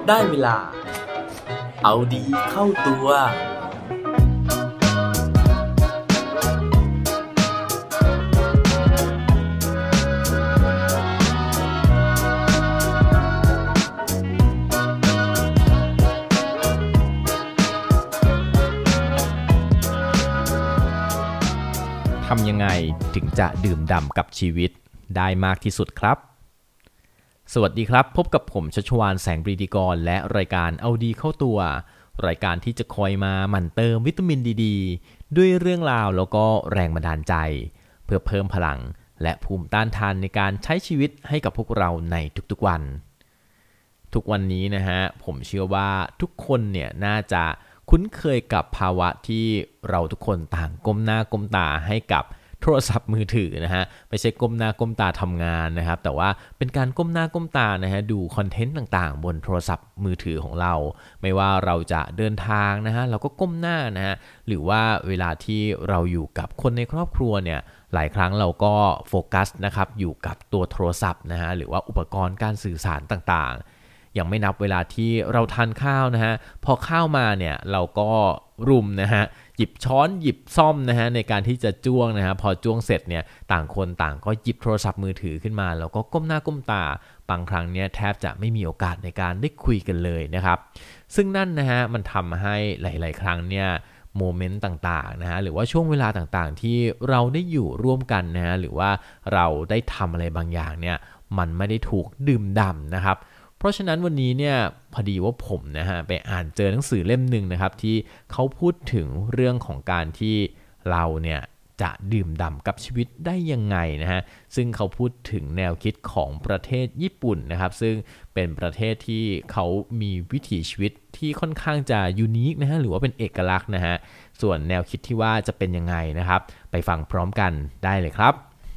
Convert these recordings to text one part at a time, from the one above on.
ได้เวลาเอาดีเข้าตัวทำยังไงถึงจะดื่มด่ำกับชีวิตได้มากที่สุดครับสวัสดีครับพบกับผมชัชวาลแสงปรีดีกรและรายการเอาดีเข้าตัวรายการที่จะคอยมาหมั่นเติมวิตามินดีด้วยเรื่องราวแล้วก็แรงบันดาลใจเพื่อเพิ่มพลังและภูมิต้านทานในการใช้ชีวิตให้กับพวกเราในทุกๆวันทุกวันนี้นะฮะผมเชื่อว่าทุกคนเนี่ยน่าจะคุ้นเคยกับภาวะที่เราทุกคนต่างก้มหน้าก้มตาให้กับโทรศัพท์มือถือนะฮะไม่ใช่ก้มหน้าก้มตาทำงานนะครับแต่ว่าเป็นการก้มหน้าก้มตานะฮะดูคอนเทนต์ต่างๆบนโทรศัพท์มือถือของเราไม่ว่าเราจะเดินทางนะฮะเราก็ก้มหน้านะฮะหรือว่าเวลาที่เราอยู่กับคนในครอบครัวเนี่ยหลายครั้งเราก็โฟกัสนะครับอยู่กับตัวโทรศัพท์นะฮะหรือว่าอุปกรณ์การสื่อสารต่างๆยังไม่นับเวลาที่เราทานข้าวนะฮะพอข้าวมาเนี่ยเราก็รุมนะฮะหยิบช้อนหยิบซ่อมนะฮะในการที่จะจ้วงนะฮะพอจ้วงเสร็จเนี่ยต่างคนต่างก็หยิบโทรศัพท์มือถือขึ้นมาแล้วก็ก้มหน้าก้มตาบางครั้งเนี่ยแทบจะไม่มีโอกาสในการได้คุยกันเลยนะครับซึ่งนั่นนะฮะมันทำให้หลายๆครั้งเนี่ยโมเมนต์ต่างๆนะฮะหรือว่าช่วงเวลาต่างๆที่เราได้อยู่ร่วมกันนะฮะหรือว่าเราได้ทำอะไรบางอย่างเนี่ยมันไม่ได้ถูกดื่มด่ำนะครับเพราะฉะนั้นวันนี้เนี่ยพอดีว่าผมนะฮะไปอ่านเจอหนังสือเล่มหนึ่งนะครับที่เขาพูดถึงเรื่องของการที่เราเนี่ยจะดื่มด่ำกับชีวิตได้ยังไงนะฮะซึ่งเขาพูดถึงแนวคิดของประเทศญี่ปุ่นนะครับซึ่งเป็นประเทศที่เขามีวิถีชีวิตที่ค่อนข้างจะยูนิคนะฮะหรือว่าเป็นเอกลักษณ์นะฮะส่วนแนวคิดที่ว่าจะเป็นยังไงนะครับไปฟังพร้อมกันได้เลยครับ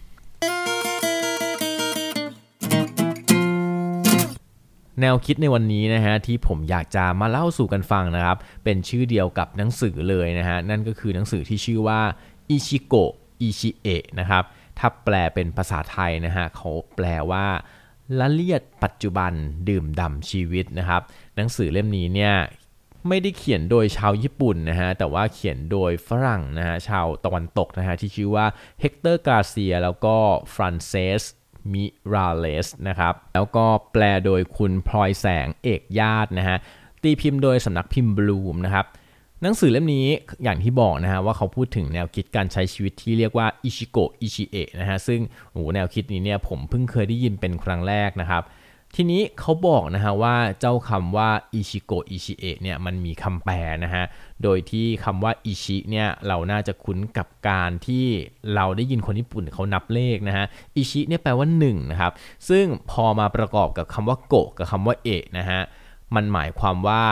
แนวคิดในวันนี้นะฮะที่ผมอยากจะมาเล่าสู่กันฟังนะครับเป็นชื่อเดียวกับหนังสือเลยนะฮะนั่นก็คือหนังสือที่ชื่อว่าอิชิโกะอิชิเอะนะครับถ้าแปลเป็นภาษาไทยนะฮะเขาแปลว่าละเลียดปัจจุบันดื่มด่ำชีวิตนะครับหนังสือเล่มนี้เนี่ยไม่ได้เขียนโดยชาวญี่ปุ่นนะฮะแต่ว่าเขียนโดยฝรั่งนะฮะชาวตะวันตกนะฮะที่ชื่อว่าเฮกเตอร์กาเซียแล้วก็ฟรานเซสมิราเลสนะครับแล้วก็แปลโดยคุณพลอยแสงเอกญาตินะฮะตีพิมพ์โดยสำนักพิมพ์บลูมนะครับหนังสือเล่มนี้อย่างที่บอกนะฮะว่าเขาพูดถึงแนวคิดการใช้ชีวิตที่เรียกว่าอิชิโกะอิชิเอะนะฮะซึ่งแนวคิดนี้เนี่ยผมเพิ่งเคยได้ยินเป็นครั้งแรกนะครับทีนี้เขาบอกนะฮะว่าเจ้าคำว่าอิชิโกะอิชิเอะเนี่ยมันมีคำแปลนะฮะโดยที่คำว่าอิชิเนี่ยเราน่าจะคุ้นกับการที่เราได้ยินคนญี่ปุ่นเขานับเลขนะฮะอิชิเนี่ยแปลว่า1นะครับซึ่งพอมาประกอบกับคำว่าโกะกับคำว่าเอะนะฮะมันหมายความว่า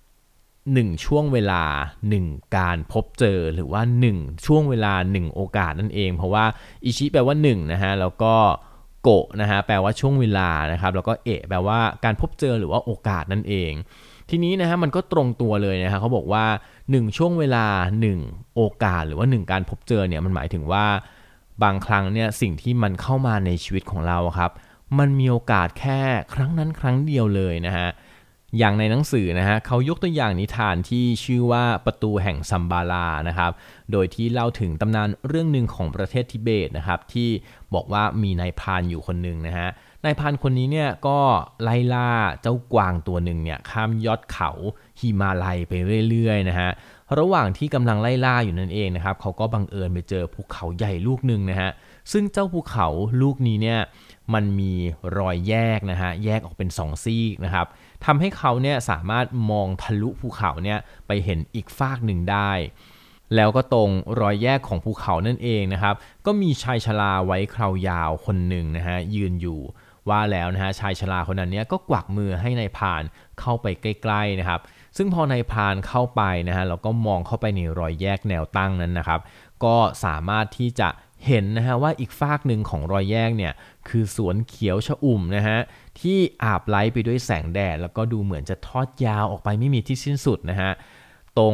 1ช่วงเวลา1การพบเจอหรือว่า1ช่วงเวลา1โอกาสนั่นเองเพราะว่าอิชิแปลว่า1นะฮะแล้วก็โกะนะฮะแปลว่าช่วงเวลานะครับแล้วก็เอะแปลว่าการพบเจอหรือว่าโอกาสนั่นเองทีนี้นะฮะมันก็ตรงตัวเลยนะฮะเขาบอกว่า1ช่วงเวลา1โอกาสหรือว่า1การพบเจอเนี่ยมันหมายถึงว่าบางครั้งเนี่ยสิ่งที่มันเข้ามาในชีวิตของเราครับมันมีโอกาสแค่ครั้งนั้นครั้งเดียวเลยนะฮะอย่างในหนังสือนะฮะเขายกตัวอย่างนิทานที่ชื่อว่าประตูแห่งซัมบาลานะครับโดยที่เล่าถึงตำนานเรื่องหนึ่งของประเทศทิเบตนะครับที่บอกว่ามีนายพรานอยู่คนหนึ่งนะฮะนายพรานคนนี้เนี่ยก็ไล่ล่าเจ้ากวางตัวหนึ่งเนี่ยข้ามยอดเขาหิมาลัยไปเรื่อยๆนะฮะระหว่างที่กำลังไล่ล่าอยู่นั่นเองนะครับเขาก็บังเอิญไปเจอภูเขาใหญ่ลูกหนึ่งนะฮะซึ่งเจ้าภูเขาลูกนี้เนี่ยมันมีรอยแยกนะฮะแยกออกเป็น2ซีกนะครับทำให้เขาเนี่ยสามารถมองทะลุภูเขาเนี่ยไปเห็นอีกฟากหนึ่งได้แล้วก็ตรงรอยแยกของภูเขานั่นเองนะครับก็มีชายชราไว้คราวยาวคนหนึ่งนะฮะยืนอยู่ว่าแล้วนะฮะชายชราคนนั้นเนี่ยก็กวักมือให้นายพรานเข้าไปใกล้ๆนะครับซึ่งพอนายพรานเข้าไปนะฮะแล้วก็มองเข้าไปในรอยแยกแนวตั้งนั้นนะครับก็สามารถที่จะเห็นนะฮะว่าอีกฟากหนึ่งของรอยแยกเนี่ยคือสวนเขียวชอุ่มนะฮะที่อาบไล้ไปด้วยแสงแดดแล้วก็ดูเหมือนจะทอดยาวออกไปไม่มีที่สิ้นสุดนะฮะตรง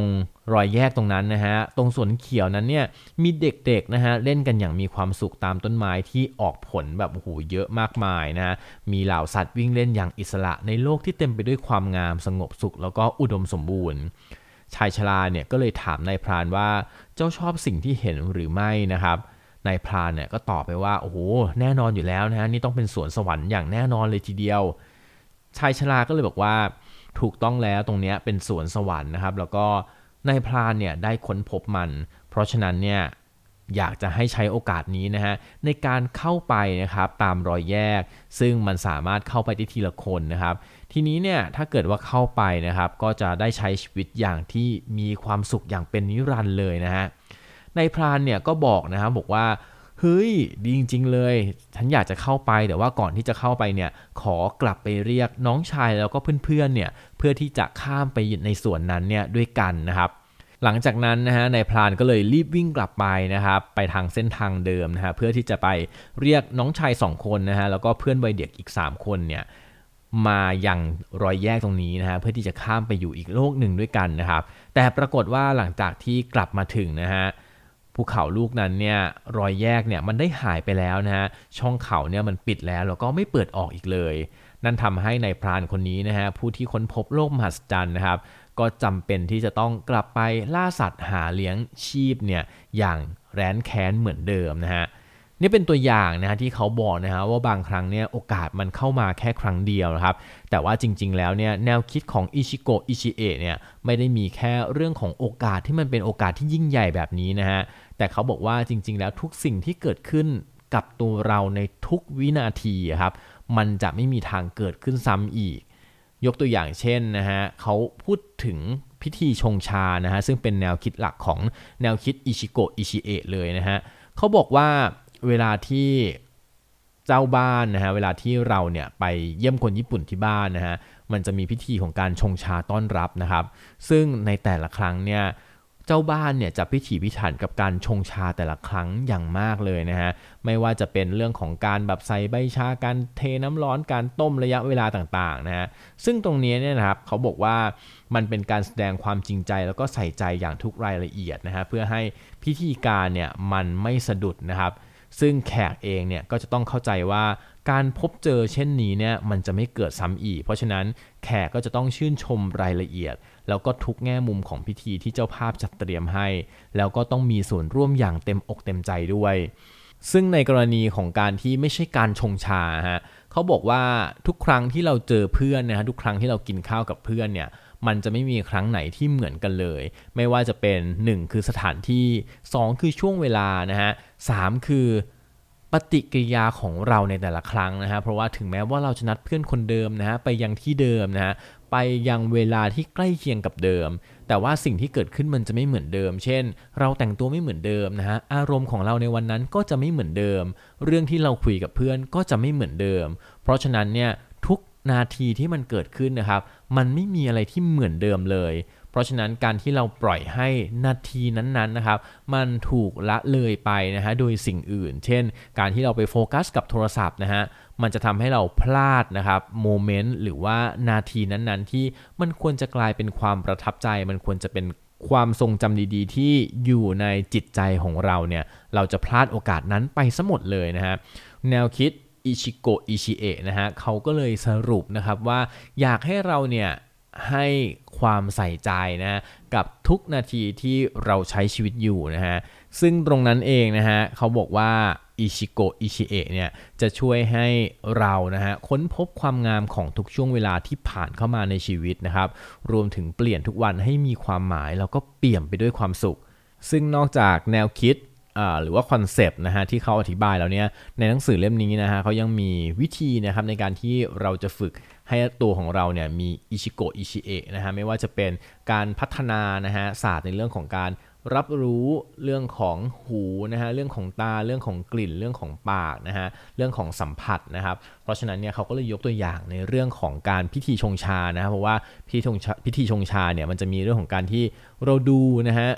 รอยแยกตรงนั้นนะฮะตรงสวนเขียวนั้นเนี่ยมีเด็กๆนะฮะเล่นกันอย่างมีความสุขตามต้นไม้ที่ออกผลแบบโอ้โหเยอะมากมายนะฮะมีเหล่าสัตว์วิ่งเล่นอย่างอิสระในโลกที่เต็มไปด้วยความงามสงบสุขแล้วก็อุดมสมบูรณ์ชายชราเนี่ยก็เลยถามนายพรานว่าเจ้าชอบสิ่งที่เห็นหรือไม่นะครับนายพรานเนี่ยก็ตอบไปว่าโอ้โหแน่นอนอยู่แล้วนะฮะนี่ต้องเป็นสวนสวรรค์อย่างแน่นอนเลยทีเดียวชายชราก็เลยบอกว่าถูกต้องแล้วตรงนี้เป็นสวนสวรรค์นะครับแล้วก็นายพรานเนี่ยได้ค้นพบมันเพราะฉะนั้นเนี่ยอยากจะให้ใช้โอกาสนี้นะฮะในการเข้าไปนะครับตามรอยแยกซึ่งมันสามารถเข้าไปได้ทีละคนนะครับทีนี้เนี่ยถ้าเกิดว่าเข้าไปนะครับก็จะได้ใช้ชีวิตอย่างที่มีความสุขอย่างเป็นนิรันดร์เลยนะฮะนายพรานเนี่ยก็บอกนะครับบอกว่าเฮ้ยดีจริงๆเลยฉันอยากจะเข้าไปแต่ว่าก่อนที่จะเข้าไปเนี่ยขอกลับไปเรียกน้องชายแล้วก็เพื่อนๆเนี่ยเพื่อที่จะข้ามไปในส่วนนั้นเนี่ยด้วยกันนะครับหลังจากนั้นนะฮะนายพรานก็เลยรีบวิ่งกลับไปนะครับไปทางเส้นทางเดิมนะฮะเพื่อที่จะไปเรียกน้องชาย2คนนะฮะแล้วก็เพื่อนวัยเด็กอีก3คนเนี่ยมายังรอยแยกตรงนี้นะฮะเพื่อที่จะข้ามไปอยู่อีกโลกหนึ่งด้วยกันนะครับแต่ปรากฏว่าหลังจากที่กลับมาถึงนะฮะภูเขาลูกนั้นเนี่ยรอยแยกเนี่ยมันได้หายไปแล้วนะฮะช่องเขาเนี่ยมันปิดแล้วก็ไม่เปิดออกอีกเลยนั่นทำให้นายพรานคนนี้นะฮะผู้ที่ค้นพบโลกมหัศจรรย์นะครับก็จำเป็นที่จะต้องกลับไปล่าสัตว์หาเลี้ยงชีพเนี่ยอย่างแร้นแค้นเหมือนเดิมนะฮะนี่เป็นตัวอย่างนะฮะที่เขาบอกนะฮะว่าบางครั้งเนี่ยโอกาสมันเข้ามาแค่ครั้งเดียวนะครับแต่ว่าจริงๆแล้วเนี่ยแนวคิดของอิชิโกะอิชิเอะเนี่ยไม่ได้มีแค่เรื่องของโอกาสที่มันเป็นโอกาสที่ยิ่งใหญ่แบบนี้นะฮะแต่เขาบอกว่าจริงๆแล้วทุกสิ่งที่เกิดขึ้นกับตัวเราในทุกวินาทีครับมันจะไม่มีทางเกิดขึ้นซ้ำอีกยกตัวอย่างเช่นนะฮะเขาพูดถึงพิธีชงชานะฮะซึ่งเป็นแนวคิดหลักของแนวคิดอิชิโกะอิชิเอะเลยนะฮะเขาบอกว่าเวลาที่เจ้าบ้านนะฮะเวลาที่เราเนี่ยไปเยี่ยมคนญี่ปุ่นที่บ้านนะฮะมันจะมีพิธีของการชงชาต้อนรับนะครับซึ่งในแต่ละครั้งเนี่ยเจ้าบ้านเนี่ยจะพิถีพิถันกับการชงชาแต่ละครั้งอย่างมากเลยนะฮะไม่ว่าจะเป็นเรื่องของการแบบใส่ใบชาการเทน้ำร้อนการต้มระยะเวลาต่างๆนะฮะซึ่งตรงนี้เนี่ยนะครับเขาบอกว่ามันเป็นการแสดงความจริงใจแล้วก็ใส่ใจอย่างทุกรายละเอียดนะฮะเพื่อให้พิธีการเนี่ยมันไม่สะดุดนะครับซึ่งแขกเองเนี่ยก็จะต้องเข้าใจว่าการพบเจอเช่นนี้เนี่ยมันจะไม่เกิดซ้ำอีกเพราะฉะนั้นแขกก็จะต้องชื่นชมรายละเอียดแล้วก็ทุกแง่มุมของพิธีที่เจ้าภาพจัดเตรียมให้แล้วก็ต้องมีส่วนร่วมอย่างเต็มอกเต็มใจด้วยซึ่งในกรณีของการที่ไม่ใช่การชงชาฮะเขาบอกว่าทุกครั้งที่เราเจอเพื่อนนะฮะทุกครั้งที่เรากินข้าวกับเพื่อนเนี่ยมันจะไม่มีครั้งไหนที่เหมือนกันเลยไม่ว่าจะเป็น1คือสถานที่2คือช่วงเวลานะฮะ3คือปฏิกิริยาของเราในแต่ละครั้งนะฮะเพราะว่าถึงแม้ว่าเราจะนัดเพื่อนคนเดิมนะฮะไปยังที่เดิมนะฮะไปยังเวลาที่ใกล้เคียงกับเดิมแต่ว่าสิ่งที่เกิดขึ้นมันจะไม่เหมือนเดิมเช่นเราแต่งตัวไม่เหมือนเดิมนะฮะอารมณ์ของเราในวันนั้นก็จะไม่เหมือนเดิมเรื่องที่เราคุยกับเพื่อนก็จะไม่เหมือนเดิมเพราะฉะนั้นเนี่ยทุกนาทีที่มันเกิดขึ้นนะครับมันไม่มีอะไรที่เหมือนเดิมเลยเพราะฉะนั้นการที่เราปล่อยให้นาทีนั้นๆนะครับมันถูกละเลยไปนะฮะโดยสิ่งอื่นเช่นการที่เราไปโฟกัสกับโทรศัพท์นะฮะมันจะทำให้เราพลาดนะครับโมเมนต์หรือว่านาทีนั้นๆที่มันควรจะกลายเป็นความประทับใจมันควรจะเป็นความทรงจำดีๆที่อยู่ในจิตใจของเราเนี่ยเราจะพลาดโอกาสนั้นไปซะหมดเลยนะฮะแนวคิดอิชิโกะอิชิเอะนะฮะเขาก็เลยสรุปนะครับว่าอยากให้เราเนี่ยให้ความใส่ใจนะกับทุกนาทีที่เราใช้ชีวิตอยู่นะฮะซึ่งตรงนั้นเองนะฮะเขาบอกว่าอิชิโกะอิชิเอะเนี่ยจะช่วยให้เรานะฮะค้นพบความงามของทุกช่วงเวลาที่ผ่านเข้ามาในชีวิตนะครับรวมถึงเปลี่ยนทุกวันให้มีความหมายแล้วก็เปี่ยมไปด้วยความสุขซึ่งนอกจากแนวคิดหรือว่าคอนเซปต์นะฮะที่เขาอธิบายแล้วเนี่ยในหนังสือเล่มนี้นะฮะเขายังมีวิธีนะครับในการที่เราจะฝึกให้ตัวของเราเนี่ยมีอิชิโกะอิชิเอะนะฮะไม่ว่าจะเป็นการพัฒนานะฮะศาสตร์ในเรื่องของการรับรู้เรื่องของหูนะฮะเรื่องของตาเรื่องของกลิ่นเรื่องของปากนะฮะเรื่องของสัมผัสนะครับเพราะฉะนั้นเนี่ยเขาก็เลยยกตัวอย่างในเรื่องของการพิธีชงชานะเพราะว่าพิธีชงชาเนี่ยมันจะมีเรื่องของการที่เราดูนะฮะ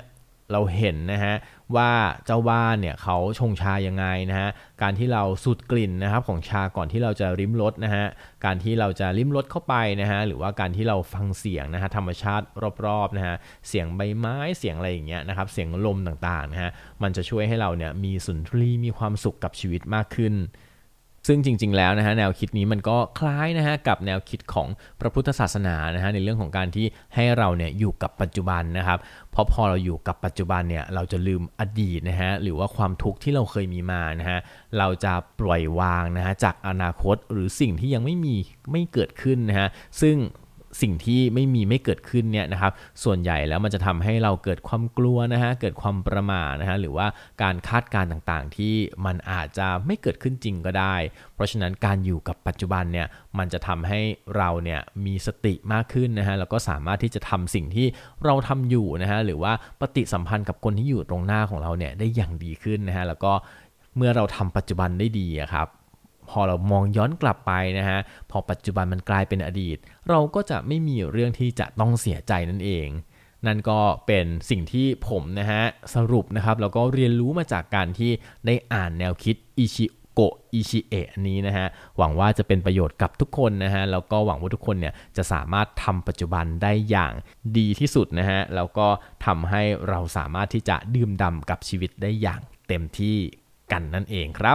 เราเห็นนะฮะว่าเจ้าบ้านเนี่ยเขาชงชายังไงนะฮะการที่เราสูดกลิ่นนะครับของชาก่อนที่เราจะลิ้มรสนะฮะการที่เราจะลิ้มรสเข้าไปนะฮะหรือว่าการที่เราฟังเสียงนะฮะธรรมชาติรอบๆนะฮะเสียงใบไม้เสียงอะไรอย่างเงี้ยนะครับเสียงลมต่างๆนะฮะมันจะช่วยให้เราเนี่ยมีสุนทรีมีความสุขกับชีวิตมากขึ้นซึ่งจริงๆแล้วนะฮะแนวคิดนี้มันก็คล้ายนะฮะกับแนวคิดของพระพุทธศาสนานะฮะในเรื่องของการที่ให้เราเนี่ยอยู่กับปัจจุบันนะครับเพราะพอเราอยู่กับปัจจุบันเนี่ยเราจะลืมอดีตนะฮะหรือว่าความทุกข์ที่เราเคยมีมานะฮะเราจะปล่อยวางนะฮะจากอนาคตหรือสิ่งที่ยังไม่เกิดขึ้นนะฮะซึ่งสิ่งที่ไม่เกิดขึ้นเนี่ยนะครับส่วนใหญ่แล้วมันจะทำให้เราเกิดความกลัวนะฮะเกิดความประหม่านะฮะหรือว่าการคาดการณ์ต่างๆที่มันอาจจะไม่เกิดขึ้นจริงก็ได้เพราะฉะนั้นการอยู่กับปัจจุบันเนี่ยมันจะทำให้เราเนี่ยมีสติมากขึ้นนะฮะแล้วก็สามารถที่จะทำสิ่งที่เราทำอยู่นะฮะหรือว่าปฏิสัมพันธ์กับคนที่อยู่ตรงหน้าของเราเนี่ยได้อย่างดีขึ้นนะฮะแล้วก็เมื่อเราทำปัจจุบันได้ดีครับพอเรามองย้อนกลับไปนะฮะพอปัจจุบันมันกลายเป็นอดีตเราก็จะไม่มีเรื่องที่จะต้องเสียใจนั่นเองนั่นก็เป็นสิ่งที่ผมนะฮะสรุปนะครับแล้วก็เรียนรู้มาจากการที่ได้อ่านแนวคิดอิชิโกะอิชิเอะนี้นะฮะหวังว่าจะเป็นประโยชน์กับทุกคนนะฮะแล้วก็หวังว่าทุกคนเนี่ยจะสามารถทำปัจจุบันได้อย่างดีที่สุดนะฮะแล้วก็ทำให้เราสามารถที่จะดื่มด่ำกับชีวิตได้อย่างเต็มที่กันนั่นเองครับ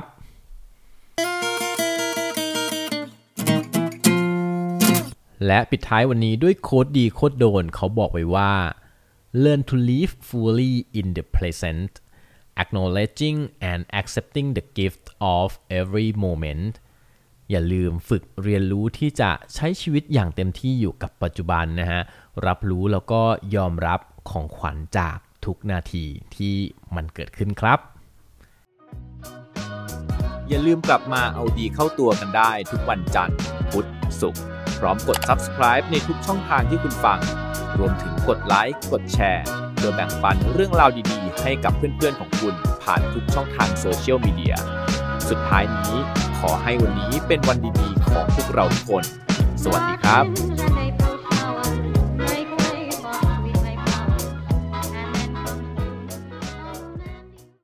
และปิดท้ายวันนี้ด้วยโค้ดดีโค้ดโดนเขาบอกไว้ว่า Learn to live fully in the present acknowledging and accepting the gift of every moment อย่าลืมฝึกเรียนรู้ที่จะใช้ชีวิตอย่างเต็มที่อยู่กับปัจจุบันนะฮะรับรู้แล้วก็ยอมรับของขวัญจากทุกนาทีที่มันเกิดขึ้นครับอย่าลืมกลับมาเอาดีเข้าตัวกันได้ทุกวันจันทร์พุธศุกร์พร้อมกด Subscribe ในทุกช่องทางที่คุณฟังรวมถึงกดไลค์กดแชร์เพื่อแบ่งปันเรื่องราวดีๆให้กับเพื่อนๆของคุณผ่านทุกช่องทางโซเชียลมีเดียสุดท้ายนี้ขอให้วันนี้เป็นวันดีๆของพวกเราทุกคนสวัสดีครับ